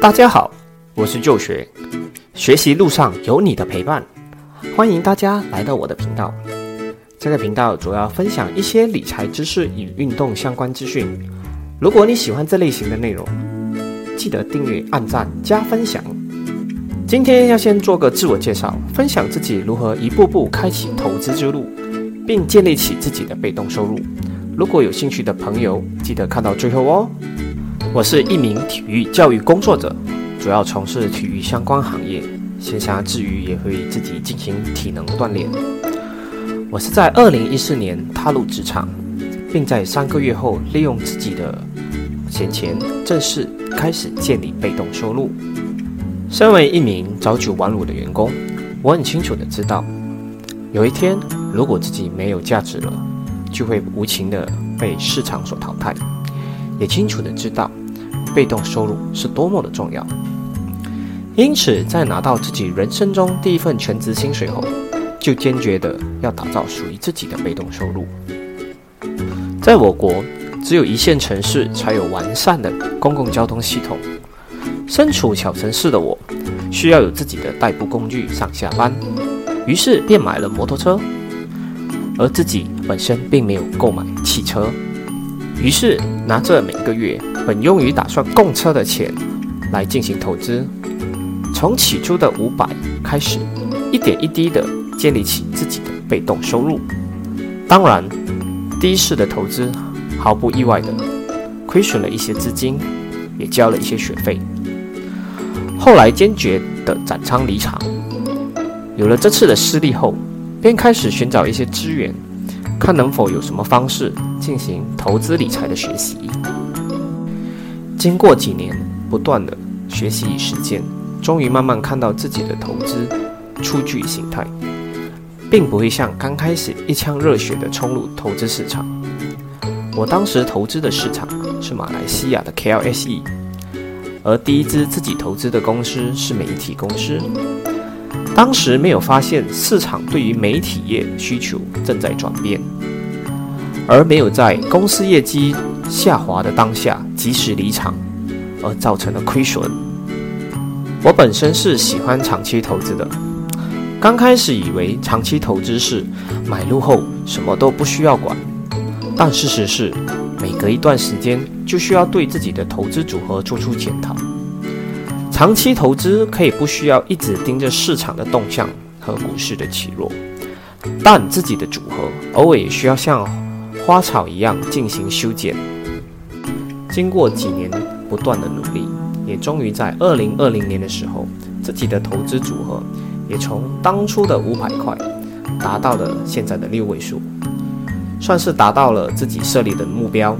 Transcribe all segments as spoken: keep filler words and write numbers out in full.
大家好，我是就学，学习路上有你的陪伴，欢迎大家来到我的频道。这个频道主要分享一些理财知识与运动相关资讯。如果你喜欢这类型的内容，记得订阅、按赞、加分享。今天要先做个自我介绍，分享自己如何一步步开启投资之路，并建立起自己的被动收入。如果有兴趣的朋友，记得看到最后哦。我是一名体育教育工作者，主要从事体育相关行业，闲暇之余也会自己进行体能锻炼。我是在二零一四年踏入职场，并在三个月后利用自己的闲钱，正式开始建立被动收入。身为一名朝九晚五的员工，我很清楚的知道，有一天如果自己没有价值了，就会无情的被市场所淘汰。也清楚的知道被动收入是多么的重要，因此在拿到自己人生中第一份全职薪水后，就坚决的要打造属于自己的被动收入。在我国，只有一线城市才有完善的公共交通系统，身处小城市的我，需要有自己的代步工具上下班，于是便买了摩托车，而自己本身并没有购买汽车。于是拿着每个月本用于打算供车的钱来进行投资，从起初的五百开始，一点一滴的建立起自己的被动收入。当然，第一次的投资毫不意外的亏损了一些资金，也交了一些学费。后来坚决的斩仓离场。有了这次的失利后，便开始寻找一些资源，看能否有什么方式进行投资理财的学习。经过几年不断的学习与实践，终于慢慢看到自己的投资初具形态，并不会像刚开始一腔热血的冲入投资市场。我当时投资的市场是马来西亚的 K L S E， 而第一支自己投资的公司是媒体公司。当时没有发现市场对于媒体业的需求正在转变，而没有在公司业绩下滑的当下及时离场，而造成了亏损。我本身是喜欢长期投资的，刚开始以为长期投资是买入后什么都不需要管，但事实是每隔一段时间就需要对自己的投资组合做出检讨。长期投资可以不需要一直盯着市场的动向和股市的起落，但自己的组合偶尔也需要像花草一样进行修剪。经过几年不断的努力，也终于在二零二零年的时候，自己的投资组合也从当初的五百块达到了现在的六位数，算是达到了自己设立的目标。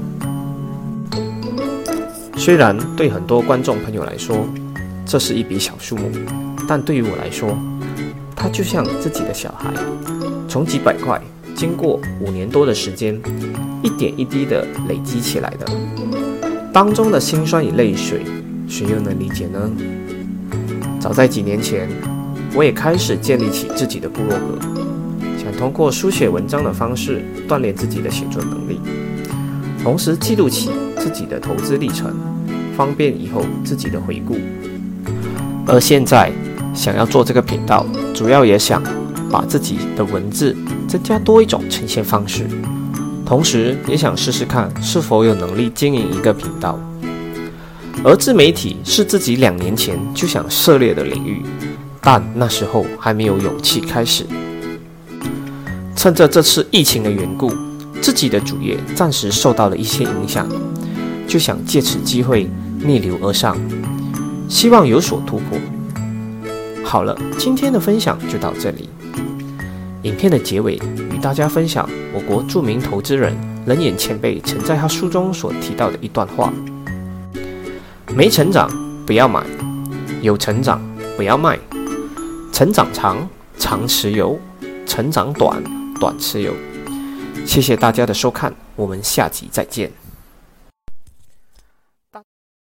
虽然对很多观众朋友来说这是一笔小数目，但对于我来说，它就像自己的小孩，从几百块经过五年多的时间，一点一滴的累积起来的，当中的辛酸与泪水，谁又能理解呢？早在几年前，我也开始建立起自己的部落格，想通过书写文章的方式锻炼自己的写作能力，同时记录起自己的投资历程，方便以后自己的回顾。而现在想要做这个频道，主要也想把自己的文字增加多一种呈现方式，同时也想试试看是否有能力经营一个频道。而自媒体是自己两年前就想涉猎的领域，但那时候还没有勇气开始。趁着这次疫情的缘故，自己的主业暂时受到了一些影响，就想借此机会逆流而上，希望有所突破。好了，今天的分享就到这里。影片的结尾与大家分享我国著名投资人冷眼前辈曾在他书中所提到的一段话：没成长不要买，有成长不要卖，成长长长持有，成长短短持有。谢谢大家的收看，我们下集再见。